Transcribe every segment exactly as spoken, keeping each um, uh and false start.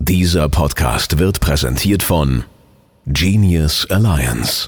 Dieser Podcast wird präsentiert von Genius Alliance.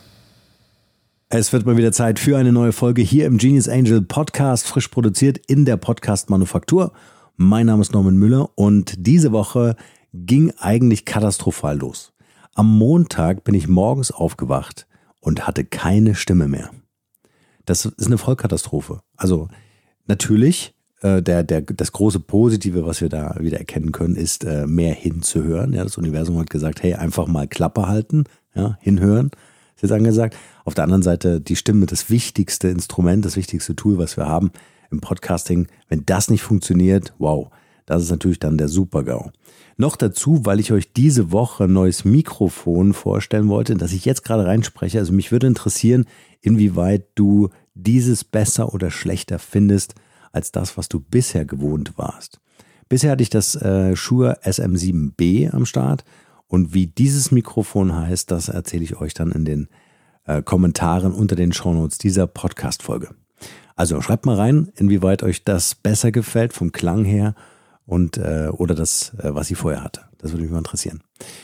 Es wird mal wieder Zeit für eine neue Folge hier im Genius Angel Podcast, frisch produziert in der Podcast-Manufaktur. Mein Name ist Norman Müller und diese Woche ging eigentlich katastrophal los. Am Montag bin ich morgens aufgewacht und hatte keine Stimme mehr. Das ist eine Vollkatastrophe. Also natürlich, äh, der, der, das große Positive, was wir da wieder erkennen können, ist äh, mehr hinzuhören. Ja, das Universum hat gesagt, hey, einfach mal Klappe halten, ja, hinhören, ist jetzt angesagt. Auf der anderen Seite die Stimme, das wichtigste Instrument, das wichtigste Tool, was wir haben im Podcasting. Wenn das nicht funktioniert, wow, das ist natürlich dann der Super-GAU. Noch dazu, weil ich euch diese Woche ein neues Mikrofon vorstellen wollte, das ich jetzt gerade reinspreche. Also mich würde interessieren, inwieweit du dieses besser oder schlechter findest als das, was du bisher gewohnt warst. Bisher hatte ich das äh, Shure S M sieben B am Start und wie dieses Mikrofon heißt, das erzähle ich euch dann in den äh, Kommentaren unter den Shownotes dieser Podcast-Folge. Also schreibt mal rein, inwieweit euch das besser gefällt vom Klang her und äh, oder das, äh, was ich vorher hatte. Das würde mich mal interessieren.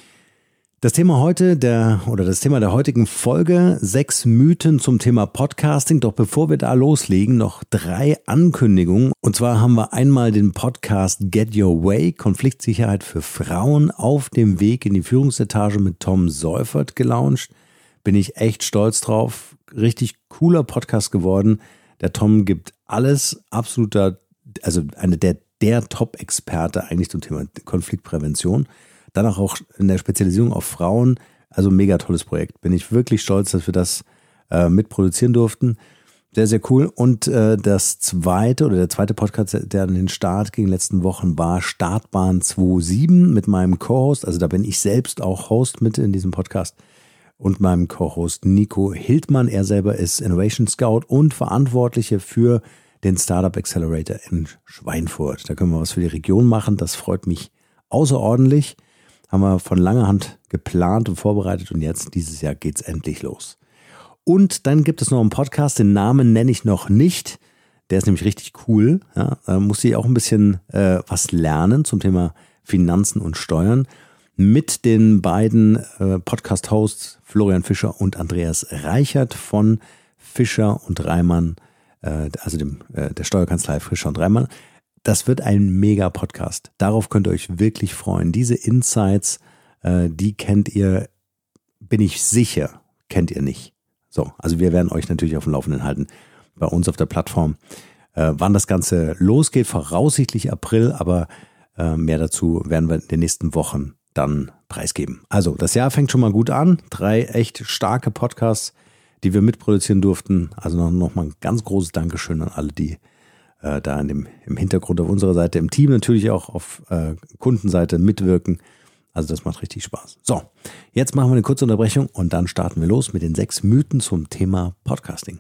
Das Thema heute, der oder das Thema der heutigen Folge, sechs Mythen zum Thema Podcasting. Doch bevor wir da loslegen, noch drei Ankündigungen. Und zwar haben wir einmal den Podcast Get Your Way, Konfliktsicherheit für Frauen auf dem Weg in die Führungsetage mit Tom Seufert gelauncht. Bin ich echt stolz drauf. Richtig cooler Podcast geworden. Der Tom gibt alles, absoluter, also eine der, der Top-Experte eigentlich zum Thema Konfliktprävention. Dann auch in der Spezialisierung auf Frauen, also mega tolles Projekt. Bin ich wirklich stolz, dass wir das äh, mitproduzieren durften. Sehr, sehr cool. Und äh, das zweite oder der zweite Podcast, der an den Start ging in den letzten Wochen, war Startbahn zwei Punkt sieben mit meinem Co-Host. Also da bin ich selbst auch Host mit in diesem Podcast und meinem Co-Host Nico Hildmann. Er selber ist Innovation Scout und Verantwortliche für den Startup Accelerator in Schweinfurt. Da können wir was für die Region machen. Das freut mich außerordentlich. Haben wir von langer Hand geplant und vorbereitet und jetzt dieses Jahr geht's endlich los. Und dann gibt es noch einen Podcast, den Namen nenne ich noch nicht. Der ist nämlich richtig cool. Ja, da musste ich auch ein bisschen äh, was lernen zum Thema Finanzen und Steuern mit den beiden äh, Podcast-Hosts Florian Fischer und Andreas Reichert von Fischer und Reimann, äh, also dem äh, der Steuerkanzlei Fischer und Reimann. Das wird ein Mega-Podcast. Darauf könnt ihr euch wirklich freuen. Diese Insights, äh, die kennt ihr, bin ich sicher, kennt ihr nicht. So, also wir werden euch natürlich auf dem Laufenden halten bei uns auf der Plattform. Äh, wann das Ganze losgeht, voraussichtlich April, aber äh, mehr dazu werden wir in den nächsten Wochen dann preisgeben. Also, das Jahr fängt schon mal gut an. Drei echt starke Podcasts, die wir mitproduzieren durften. Also noch, noch mal ein ganz großes Dankeschön an alle, die da in dem, im Hintergrund auf unserer Seite, im Team natürlich auch auf äh, Kundenseite mitwirken. Also das macht richtig Spaß. So, jetzt machen wir eine kurze Unterbrechung und dann starten wir los mit den sechs Mythen zum Thema Podcasting.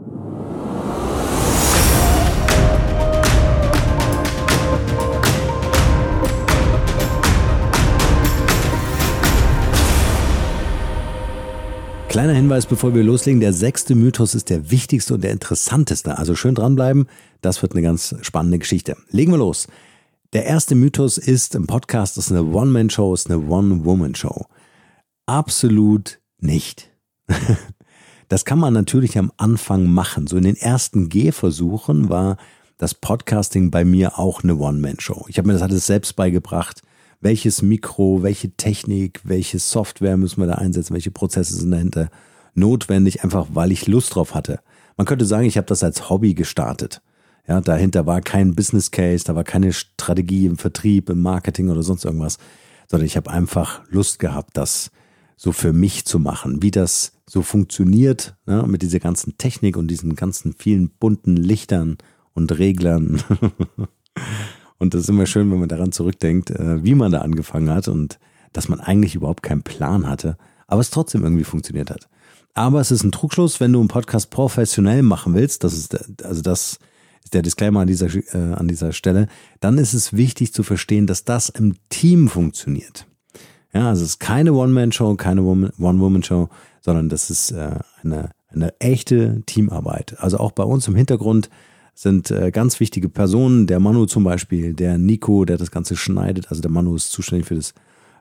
Kleiner Hinweis, bevor wir loslegen, der sechste Mythos ist der wichtigste und der interessanteste. Also schön dranbleiben, das wird eine ganz spannende Geschichte. Legen wir los. Der erste Mythos ist, im Podcast ist eine One-Man-Show, ist eine One-Woman-Show. Absolut nicht. Das kann man natürlich am Anfang machen. So in den ersten Gehversuchen war das Podcasting bei mir auch eine One-Man-Show. Ich habe mir das alles selbst beigebracht. Welches Mikro, welche Technik, welche Software müssen wir da einsetzen, welche Prozesse sind dahinter notwendig, einfach weil ich Lust drauf hatte. Man könnte sagen, ich habe das als Hobby gestartet. Ja, dahinter war kein Business Case, da war keine Strategie im Vertrieb, im Marketing oder sonst irgendwas, sondern ich habe einfach Lust gehabt, das so für mich zu machen, wie das so funktioniert, ja, mit dieser ganzen Technik und diesen ganzen vielen bunten Lichtern und Reglern. Und das ist immer schön, wenn man daran zurückdenkt, wie man da angefangen hat und dass man eigentlich überhaupt keinen Plan hatte, aber es trotzdem irgendwie funktioniert hat. Aber es ist ein Trugschluss, wenn du einen Podcast professionell machen willst, das ist, also das ist der Disclaimer an dieser, äh, an dieser Stelle, dann ist es wichtig zu verstehen, dass das im Team funktioniert. Ja, also es ist keine One-Man-Show, keine One-Woman-Show, sondern das ist äh, eine, eine echte Teamarbeit. Also auch bei uns im Hintergrund sind äh, ganz wichtige Personen, der Manu zum Beispiel, der Nico, der das Ganze schneidet, also der Manu ist zuständig für das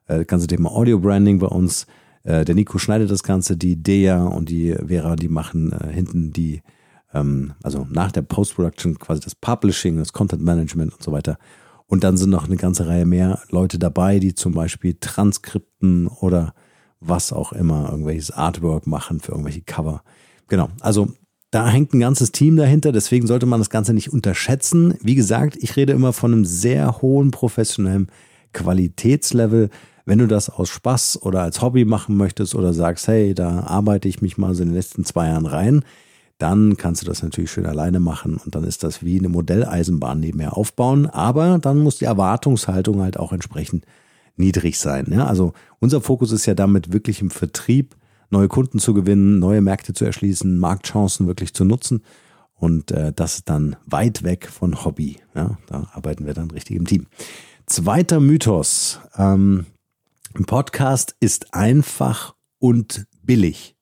äh, das ganze Thema Audio Branding bei uns. Äh, der Nico schneidet das Ganze, die Dea und die Vera, die machen äh, hinten die, ähm, also nach der Post-Production quasi das Publishing, das Content Management und so weiter. Und dann sind noch eine ganze Reihe mehr Leute dabei, die zum Beispiel Transkripten oder was auch immer, irgendwelches Artwork machen für irgendwelche Cover. Genau, also da hängt ein ganzes Team dahinter, deswegen sollte man das Ganze nicht unterschätzen. Wie gesagt, ich rede immer von einem sehr hohen professionellen Qualitätslevel. Wenn du das aus Spaß oder als Hobby machen möchtest oder sagst, hey, da arbeite ich mich mal so in den letzten zwei Jahren rein, dann kannst du das natürlich schön alleine machen und dann ist das wie eine Modelleisenbahn nebenher aufbauen. Aber dann muss die Erwartungshaltung halt auch entsprechend niedrig sein. Ja? Also unser Fokus ist ja damit wirklich im Vertrieb, neue Kunden zu gewinnen, neue Märkte zu erschließen, Marktchancen wirklich zu nutzen. Und äh, das ist dann weit weg von Hobby. Ja? Da arbeiten wir dann richtig im Team. Zweiter Mythos. Ähm, ein Podcast ist einfach und billig.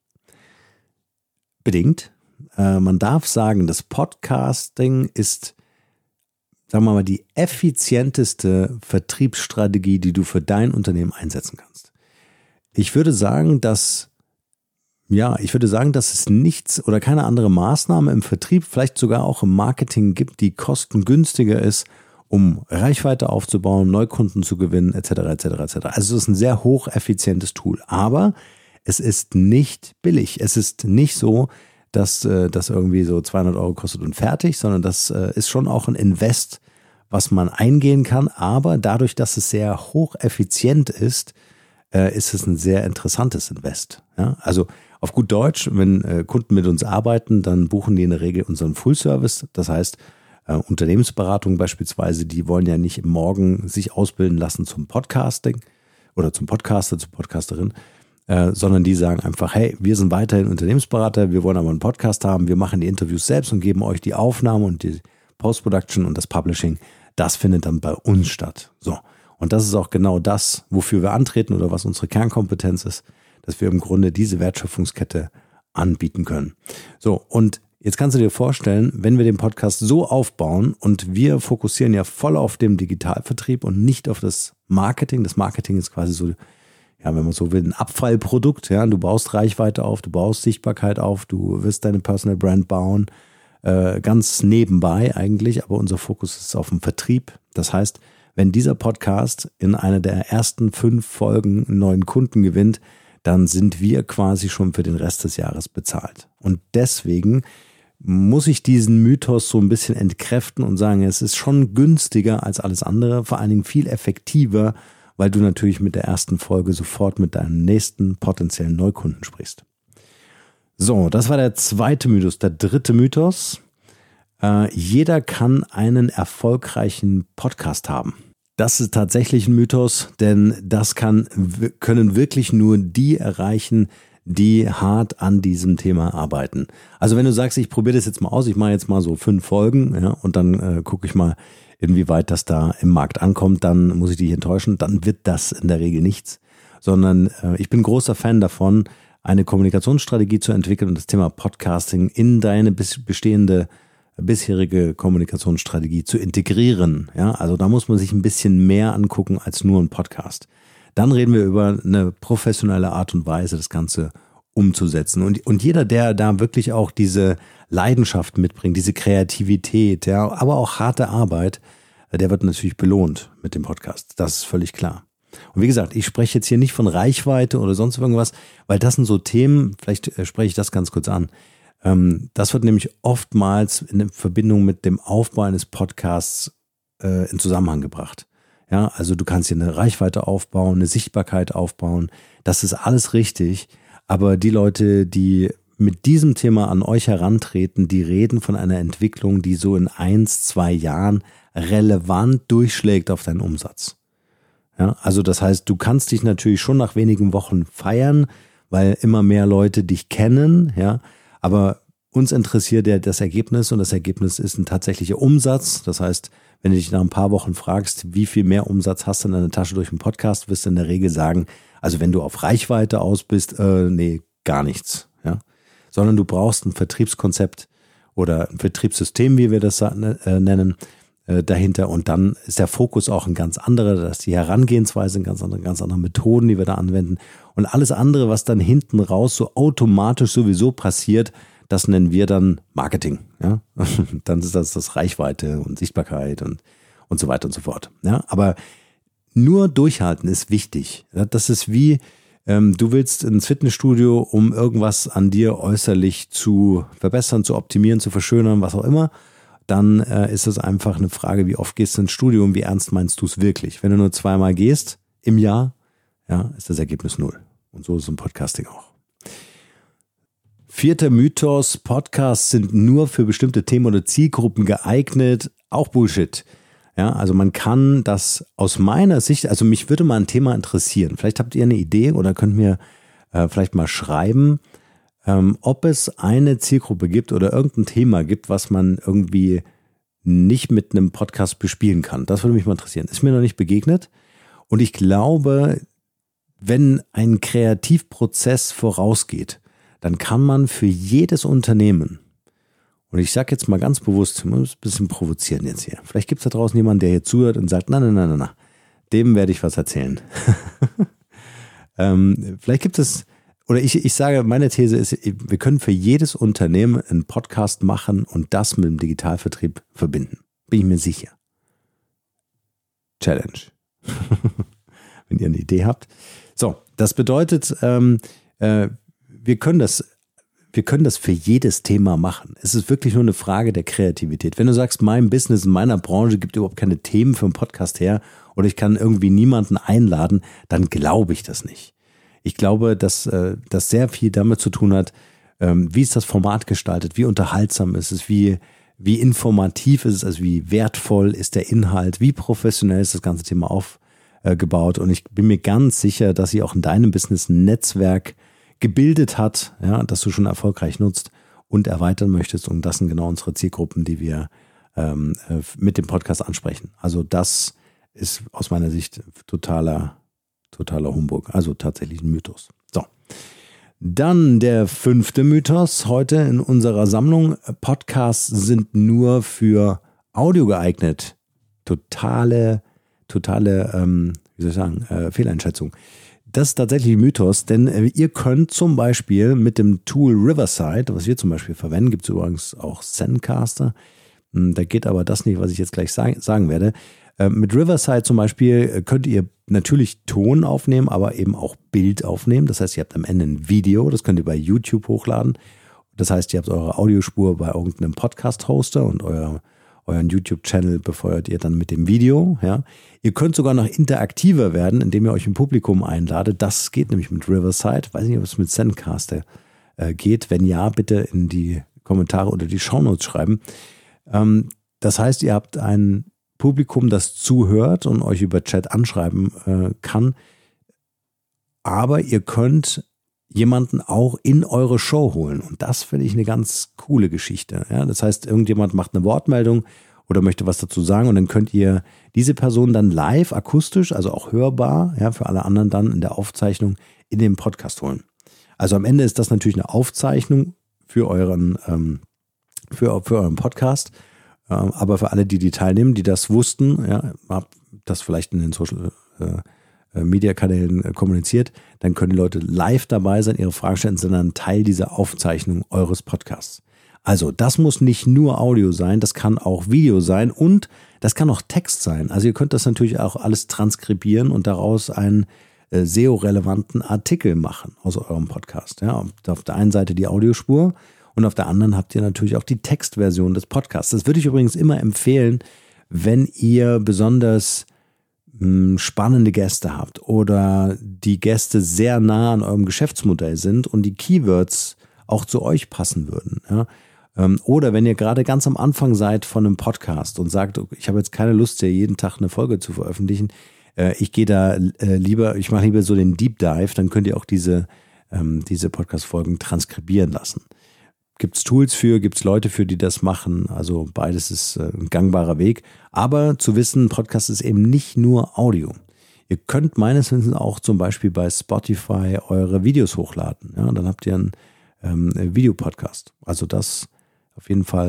Bedingt. Äh, man darf sagen, das Podcasting ist, sagen wir mal, die effizienteste Vertriebsstrategie, die du für dein Unternehmen einsetzen kannst. Ich würde sagen, dass Ja, ich würde sagen, dass es nichts oder keine andere Maßnahme im Vertrieb, vielleicht sogar auch im Marketing gibt, die kostengünstiger ist, um Reichweite aufzubauen, Neukunden zu gewinnen, et cetera, et cetera, et cetera. Also es ist ein sehr hocheffizientes Tool, aber es ist nicht billig. Es ist nicht so, dass das irgendwie so zweihundert Euro kostet und fertig, sondern das ist schon auch ein Invest, was man eingehen kann. Aber dadurch, dass es sehr hocheffizient ist, ist es ein sehr interessantes Invest. Ja, also auf gut Deutsch, wenn äh, Kunden mit uns arbeiten, dann buchen die in der Regel unseren Full-Service. Das heißt, äh, Unternehmensberatung beispielsweise, die wollen ja nicht morgen sich ausbilden lassen zum Podcasting oder zum Podcaster, zur Podcasterin, äh, sondern die sagen einfach, hey, wir sind weiterhin Unternehmensberater, wir wollen aber einen Podcast haben, wir machen die Interviews selbst und geben euch die Aufnahme und die Post-Production und das Publishing. Das findet dann bei uns statt. So. Und das ist auch genau das, wofür wir antreten oder was unsere Kernkompetenz ist, dass wir im Grunde diese Wertschöpfungskette anbieten können. So, und jetzt kannst du dir vorstellen, wenn wir den Podcast so aufbauen und wir fokussieren ja voll auf den Digitalvertrieb und nicht auf das Marketing. Das Marketing ist quasi so, ja, wenn man so will, ein Abfallprodukt. Ja, du baust Reichweite auf, du baust Sichtbarkeit auf, du wirst deine Personal Brand bauen, äh, ganz nebenbei eigentlich, aber unser Fokus ist auf dem Vertrieb. Das heißt, wenn dieser Podcast in einer der ersten fünf Folgen einen neuen Kunden gewinnt, dann sind wir quasi schon für den Rest des Jahres bezahlt. Und deswegen muss ich diesen Mythos so ein bisschen entkräften und sagen, es ist schon günstiger als alles andere, vor allen Dingen viel effektiver, weil du natürlich mit der ersten Folge sofort mit deinem nächsten potenziellen Neukunden sprichst. So, das war der zweite Mythos. Der dritte Mythos. Äh, jeder kann einen erfolgreichen Podcast haben. Das ist tatsächlich ein Mythos, denn das kann, können wirklich nur die erreichen, die hart an diesem Thema arbeiten. Also wenn du sagst, ich probiere das jetzt mal aus, ich mache jetzt mal so fünf Folgen, ja, und dann äh, gucke ich mal, inwieweit das da im Markt ankommt, dann muss ich dich enttäuschen, dann wird das in der Regel nichts. Sondern äh, ich bin großer Fan davon, eine Kommunikationsstrategie zu entwickeln und das Thema Podcasting in deine bestehende bisherige Kommunikationsstrategie zu integrieren. Ja, also da muss man sich ein bisschen mehr angucken als nur ein Podcast. Dann reden wir über eine professionelle Art und Weise, das Ganze umzusetzen. Und, und jeder, der da wirklich auch diese Leidenschaft mitbringt, diese Kreativität, ja, aber auch harte Arbeit, der wird natürlich belohnt mit dem Podcast. Das ist völlig klar. Und wie gesagt, ich spreche jetzt hier nicht von Reichweite oder sonst irgendwas, weil das sind so Themen, vielleicht spreche ich das ganz kurz an. Das wird nämlich oftmals in Verbindung mit dem Aufbau eines Podcasts äh, in Zusammenhang gebracht. Ja, also du kannst hier eine Reichweite aufbauen, eine Sichtbarkeit aufbauen. Das ist alles richtig. Aber die Leute, die mit diesem Thema an euch herantreten, die reden von einer Entwicklung, die so in eins, zwei Jahren relevant durchschlägt auf deinen Umsatz. Ja, also das heißt, du kannst dich natürlich schon nach wenigen Wochen feiern, weil immer mehr Leute dich kennen, ja. Aber uns interessiert ja das Ergebnis und das Ergebnis ist ein tatsächlicher Umsatz. Das heißt, wenn du dich nach ein paar Wochen fragst, wie viel mehr Umsatz hast du in deiner Tasche durch einen Podcast, wirst du in der Regel sagen, also wenn du auf Reichweite aus bist, äh, nee, gar nichts. Ja? Sondern du brauchst ein Vertriebskonzept oder ein Vertriebssystem, wie wir das äh, nennen, äh, dahinter und dann ist der Fokus auch ein ganz anderer, das ist die Herangehensweise, ganz andere, ganz andere Methoden, die wir da anwenden und alles andere, was dann hinten raus so automatisch sowieso passiert, das nennen wir dann Marketing. Ja? Dann ist das das Reichweite und Sichtbarkeit und, und so weiter und so fort. Ja? Aber nur durchhalten ist wichtig. Das ist wie, ähm, du willst ins Fitnessstudio, um irgendwas an dir äußerlich zu verbessern, zu optimieren, zu verschönern, was auch immer. Dann äh, ist es einfach eine Frage, wie oft gehst du ins Studio und wie ernst meinst du es wirklich? Wenn du nur zweimal gehst im Jahr, ja, ist das Ergebnis null. Und so ist es im Podcasting auch. Vierter Mythos, Podcasts sind nur für bestimmte Themen oder Zielgruppen geeignet. Auch Bullshit. Ja, also man kann das aus meiner Sicht, also mich würde mal ein Thema interessieren. Vielleicht habt ihr eine Idee oder könnt mir äh, vielleicht mal schreiben, ähm, ob es eine Zielgruppe gibt oder irgendein Thema gibt, was man irgendwie nicht mit einem Podcast bespielen kann. Das würde mich mal interessieren. Ist mir noch nicht begegnet. Und ich glaube, wenn ein Kreativprozess vorausgeht, dann kann man für jedes Unternehmen, und ich sage jetzt mal ganz bewusst, ich muss ein bisschen provozieren jetzt hier, vielleicht gibt es da draußen jemanden, der hier zuhört und sagt, nein, nein, nein, nein, nein, dem werde ich was erzählen. ähm, vielleicht gibt es, oder ich, ich sage, meine These ist, wir können für jedes Unternehmen einen Podcast machen und das mit dem Digitalvertrieb verbinden. Bin ich mir sicher. Challenge. Wenn ihr eine Idee habt. So, das bedeutet, ähm, äh, wir können das, wir können das für jedes Thema machen. Es ist wirklich nur eine Frage der Kreativität. Wenn du sagst, mein Business in meiner Branche gibt überhaupt keine Themen für einen Podcast her oder ich kann irgendwie niemanden einladen, dann glaube ich das nicht. Ich glaube, dass äh, das sehr viel damit zu tun hat, ähm, wie ist das Format gestaltet, wie unterhaltsam ist es, wie, wie informativ ist es, also wie wertvoll ist der Inhalt, wie professionell ist das ganze Thema aufgebaut. Und ich bin mir ganz sicher, dass sie auch in deinem Business ein Netzwerk gebildet hat, ja, das du schon erfolgreich nutzt und erweitern möchtest. Und das sind genau unsere Zielgruppen, die wir ähm, mit dem Podcast ansprechen. Also das ist aus meiner Sicht totaler, totaler Humbug. Also tatsächlich ein Mythos. So. Dann der fünfte Mythos heute in unserer Sammlung. Podcasts sind nur für Audio geeignet. Totale, totale, ähm, wie soll ich sagen, äh, Fehleinschätzung. Das ist tatsächlich ein Mythos, denn ihr könnt zum Beispiel mit dem Tool Riverside, was wir zum Beispiel verwenden, gibt es übrigens auch Zencaster, da geht aber das nicht, was ich jetzt gleich sagen werde. Mit Riverside zum Beispiel könnt ihr natürlich Ton aufnehmen, aber eben auch Bild aufnehmen. Das heißt, ihr habt am Ende ein Video, das könnt ihr bei YouTube hochladen. Das heißt, ihr habt eure Audiospur bei irgendeinem Podcast-Hoster und euer Euren YouTube-Channel befeuert ihr dann mit dem Video. Ja. Ihr könnt sogar noch interaktiver werden, indem ihr euch im Publikum einladet. Das geht nämlich mit Riverside. Weiß nicht, ob es mit Zencaster äh, geht. Wenn ja, bitte in die Kommentare oder die Shownotes schreiben. Ähm, das heißt, ihr habt ein Publikum, das zuhört und euch über Chat anschreiben äh, kann. Aber ihr könnt jemanden auch in eure Show holen. Und das finde ich eine ganz coole Geschichte. Ja, das heißt, irgendjemand macht eine Wortmeldung oder möchte was dazu sagen und dann könnt ihr diese Person dann live, akustisch, also auch hörbar, ja, für alle anderen dann in der Aufzeichnung in den Podcast holen. Also am Ende ist das natürlich eine Aufzeichnung für euren, ähm, für, für euren Podcast. Ähm, aber für alle, die die teilnehmen, die das wussten, ja, hab das vielleicht in den Social äh, Media-Kanälen kommuniziert, dann können die Leute live dabei sein, ihre Fragen stellen, sondern Teil dieser Aufzeichnung eures Podcasts. Also das muss nicht nur Audio sein, das kann auch Video sein und das kann auch Text sein. Also ihr könnt das natürlich auch alles transkribieren und daraus einen äh, S E O-relevanten Artikel machen aus eurem Podcast. Ja, auf der einen Seite die Audiospur und auf der anderen habt ihr natürlich auch die Textversion des Podcasts. Das würde ich übrigens immer empfehlen, wenn ihr besonders spannende Gäste habt oder die Gäste sehr nah an eurem Geschäftsmodell sind und die Keywords auch zu euch passen würden. Ja? Oder wenn ihr gerade ganz am Anfang seid von einem Podcast und sagt, ich habe jetzt keine Lust, hier jeden Tag eine Folge zu veröffentlichen, ich gehe da lieber, ich mache lieber so den Deep Dive, dann könnt ihr auch diese, diese Podcast-Folgen transkribieren lassen. Gibt es Tools für, gibt es Leute für, die das machen. Also beides ist ein gangbarer Weg. Aber zu wissen, Podcast ist eben nicht nur Audio. Ihr könnt meines Wissens auch zum Beispiel bei Spotify eure Videos hochladen. Ja, dann habt ihr einen ähm, Videopodcast. Also das auf jeden Fall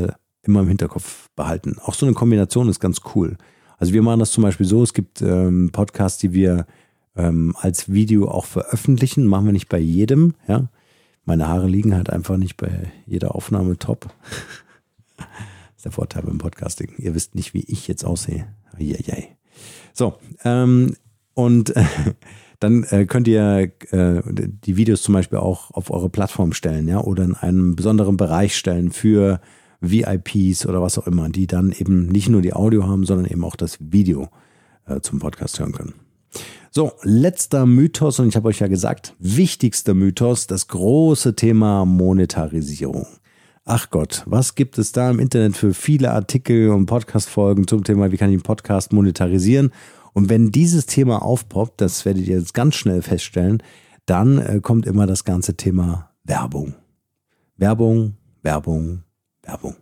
immer im Hinterkopf behalten. Auch so eine Kombination ist ganz cool. Also wir machen das zum Beispiel so, es gibt ähm, Podcasts, die wir ähm, als Video auch veröffentlichen, machen wir nicht bei jedem, ja. Meine Haare liegen halt einfach nicht bei jeder Aufnahme top. Das ist der Vorteil beim Podcasting. Ihr wisst nicht, wie ich jetzt aussehe. Eieiei. So, ähm, und äh, dann äh, könnt ihr äh, die Videos zum Beispiel auch auf eure Plattform stellen, ja, oder in einem besonderen Bereich stellen für V I Ps oder was auch immer, die dann eben nicht nur die Audio haben, sondern eben auch das Video äh, zum Podcast hören können. So, letzter Mythos, und ich habe euch ja gesagt, wichtigster Mythos, das große Thema Monetarisierung. Ach Gott, was gibt es da im Internet für viele Artikel und Podcast-Folgen zum Thema, wie kann ich einen Podcast monetarisieren? Und wenn dieses Thema aufpoppt, das werdet ihr jetzt ganz schnell feststellen, dann äh, kommt immer das ganze Thema Werbung. Werbung, Werbung, Werbung.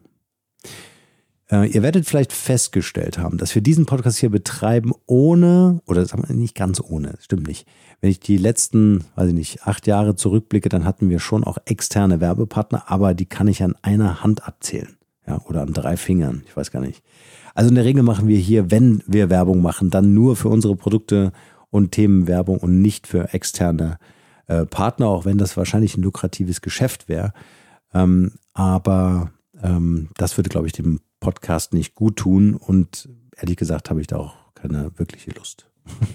Äh, ihr werdet vielleicht festgestellt haben, dass wir diesen Podcast hier betreiben ohne, oder sagen wir nicht ganz ohne, stimmt nicht. Wenn ich die letzten, weiß ich nicht, acht Jahre zurückblicke, dann hatten wir schon auch externe Werbepartner, aber die kann ich an einer Hand abzählen. Ja, oder an drei Fingern, ich weiß gar nicht. Also in der Regel machen wir hier, wenn wir Werbung machen, dann nur für unsere Produkte und Themen Werbung und nicht für externe äh, Partner, auch wenn das wahrscheinlich ein lukratives Geschäft wäre. Ähm, aber ähm, das würde, glaube ich, dem Podcast nicht gut tun und ehrlich gesagt habe ich da auch keine wirkliche Lust.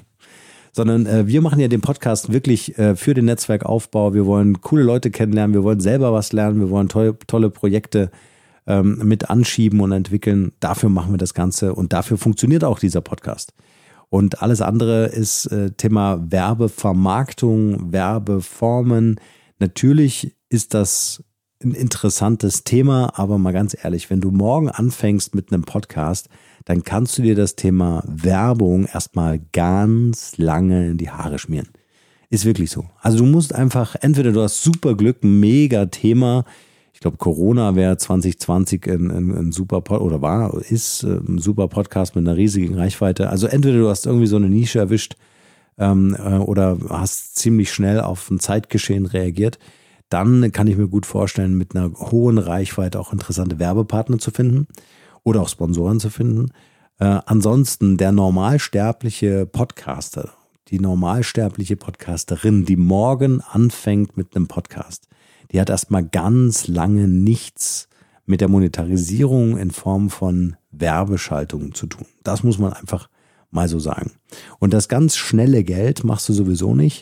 Sondern äh, wir machen ja den Podcast wirklich äh, für den Netzwerkaufbau. Wir wollen coole Leute kennenlernen, wir wollen selber was lernen, wir wollen tolle, tolle Projekte ähm, mit anschieben und entwickeln. Dafür machen wir das Ganze und dafür funktioniert auch dieser Podcast. Und alles andere ist äh, Thema Werbevermarktung, Werbeformen. Natürlich ist das ein interessantes Thema, aber mal ganz ehrlich, wenn du morgen anfängst mit einem Podcast, dann kannst du dir das Thema Werbung erstmal ganz lange in die Haare schmieren. Ist wirklich so. Also du musst einfach, entweder du hast super Glück, ein mega Thema. Ich glaube, Corona wäre zwanzig zwanzig ein, ein, ein super Pod, oder war, ist ein super Podcast mit einer riesigen Reichweite. Also entweder du hast irgendwie so eine Nische erwischt ähm, oder hast ziemlich schnell auf ein Zeitgeschehen reagiert. Dann kann ich mir gut vorstellen, mit einer hohen Reichweite auch interessante Werbepartner zu finden oder auch Sponsoren zu finden. Äh, ansonsten der normalsterbliche Podcaster, die normalsterbliche Podcasterin, die morgen anfängt mit einem Podcast, die hat erstmal ganz lange nichts mit der Monetarisierung in Form von Werbeschaltungen zu tun. Das muss man einfach mal so sagen. Und das ganz schnelle Geld machst du sowieso nicht.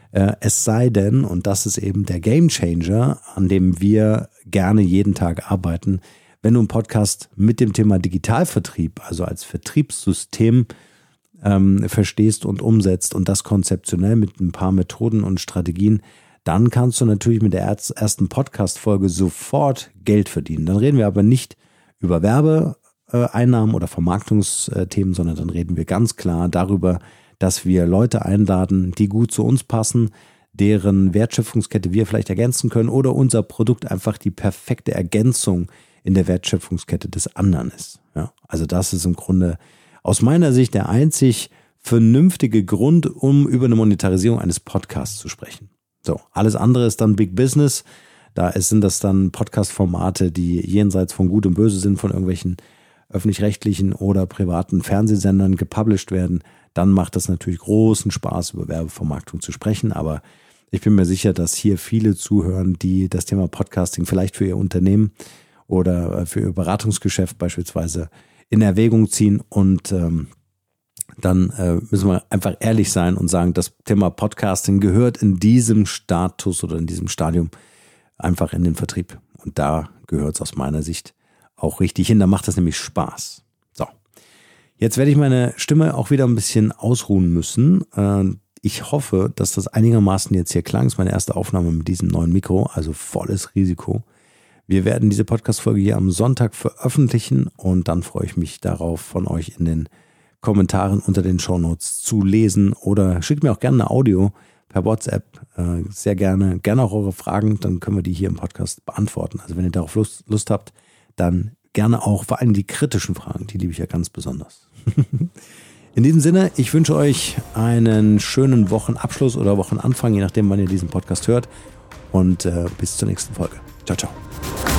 Es sei denn, und das ist eben der Gamechanger, an dem wir gerne jeden Tag arbeiten, wenn du einen Podcast mit dem Thema Digitalvertrieb, also als Vertriebssystem ähm, verstehst und umsetzt und das konzeptionell mit ein paar Methoden und Strategien, dann kannst du natürlich mit der ersten Podcast-Folge sofort Geld verdienen. Dann reden wir aber nicht über Werbeeinnahmen oder Vermarktungsthemen, sondern dann reden wir ganz klar darüber, dass wir Leute einladen, die gut zu uns passen, deren Wertschöpfungskette wir vielleicht ergänzen können oder unser Produkt einfach die perfekte Ergänzung in der Wertschöpfungskette des anderen ist. Ja, also das ist im Grunde aus meiner Sicht der einzig vernünftige Grund, um über eine Monetarisierung eines Podcasts zu sprechen. So, alles andere ist dann Big Business. Da sind das dann Podcast-Formate, die jenseits von Gut und Böse sind, von irgendwelchen öffentlich-rechtlichen oder privaten Fernsehsendern gepublished werden. Dann macht das natürlich großen Spaß, über Werbevermarktung zu sprechen. Aber ich bin mir sicher, dass hier viele zuhören, die das Thema Podcasting vielleicht für ihr Unternehmen oder für ihr Beratungsgeschäft beispielsweise in Erwägung ziehen. Und ähm, dann äh, müssen wir einfach ehrlich sein und sagen, das Thema Podcasting gehört in diesem Status oder in diesem Stadium einfach in den Vertrieb. Und da gehört es aus meiner Sicht auch richtig hin. Da macht das nämlich Spaß. So. Jetzt werde ich meine Stimme auch wieder ein bisschen ausruhen müssen. Ich hoffe, dass das einigermaßen jetzt hier klang. Das ist meine erste Aufnahme mit diesem neuen Mikro, also volles Risiko. Wir werden diese Podcast-Folge hier am Sonntag veröffentlichen und dann freue ich mich darauf, von euch in den Kommentaren unter den Shownotes zu lesen oder schickt mir auch gerne eine Audio per WhatsApp. Sehr gerne, gerne auch eure Fragen, dann können wir die hier im Podcast beantworten. Also wenn ihr darauf Lust, Lust habt, dann gerne auch vor allem die kritischen Fragen, die liebe ich ja ganz besonders. In diesem Sinne, ich wünsche euch einen schönen Wochenabschluss oder Wochenanfang, je nachdem, wann ihr diesen Podcast hört. Und äh, bis zur nächsten Folge. Ciao, ciao.